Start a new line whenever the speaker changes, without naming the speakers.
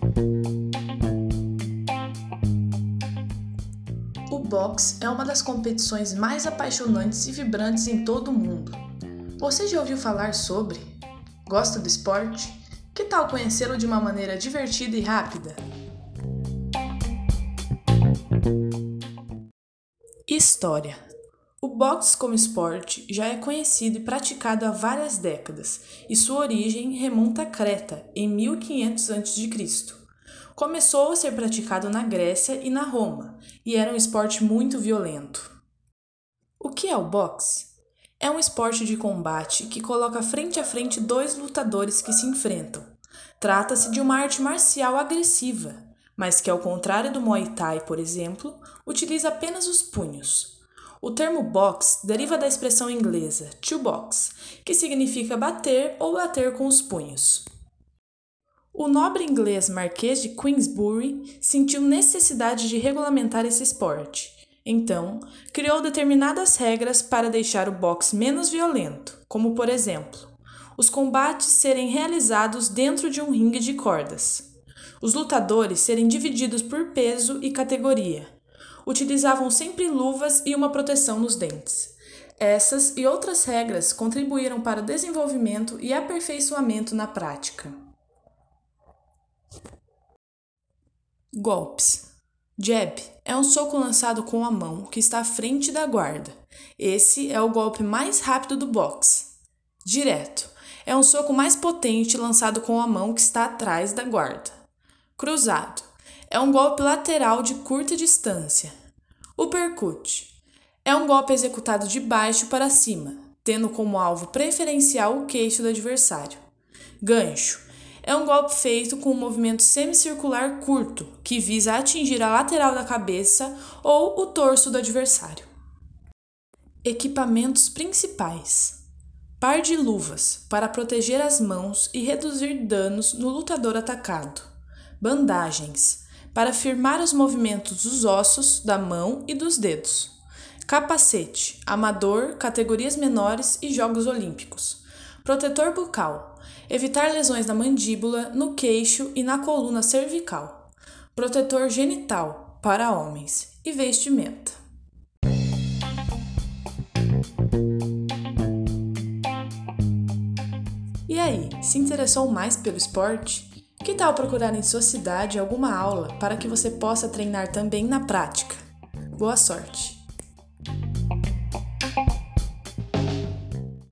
O boxe é uma das competições mais apaixonantes e vibrantes em todo o mundo. Você já ouviu falar sobre? Gosta do esporte? Que tal conhecê-lo de uma maneira divertida e rápida? História. O boxe como esporte já é conhecido e praticado há várias décadas, e sua origem remonta a Creta, em 1500 a.C. Começou a ser praticado na Grécia e na Roma, e era um esporte muito violento. O que é o boxe? É um esporte de combate que coloca frente a frente dois lutadores que se enfrentam. Trata-se de uma arte marcial agressiva, mas que, ao contrário do Muay Thai, por exemplo, utiliza apenas os punhos. O termo boxe deriva da expressão inglesa to box, que significa bater ou bater com os punhos. O nobre inglês Marquês de Queensberry sentiu necessidade de regulamentar esse esporte. Então, criou determinadas regras para deixar o boxe menos violento, como, por exemplo, os combates serem realizados dentro de um ringue de cordas. Os lutadores serem divididos por peso e categoria. Utilizavam sempre luvas e uma proteção nos dentes. Essas e outras regras contribuíram para o desenvolvimento e aperfeiçoamento na prática. Golpes. Jab é um soco lançado com a mão que está à frente da guarda. Esse é o golpe mais rápido do boxe. Direto é um soco mais potente lançado com a mão que está atrás da guarda. Cruzado é um golpe lateral de curta distância. Uppercut é um golpe executado de baixo para cima, tendo como alvo preferencial o queixo do adversário. Gancho é um golpe feito com um movimento semicircular curto, que visa atingir a lateral da cabeça ou o torso do adversário. Equipamentos principais: par de luvas, para proteger as mãos e reduzir danos no lutador atacado. Bandagens, para firmar os movimentos dos ossos, da mão e dos dedos. Capacete, amador, categorias menores e Jogos Olímpicos. Protetor bucal, evitar lesões na mandíbula, no queixo e na coluna cervical. Protetor genital, para homens. E vestimenta. E aí, se interessou mais pelo esporte? Que tal procurar em sua cidade alguma aula para que você possa treinar também na prática? Boa sorte!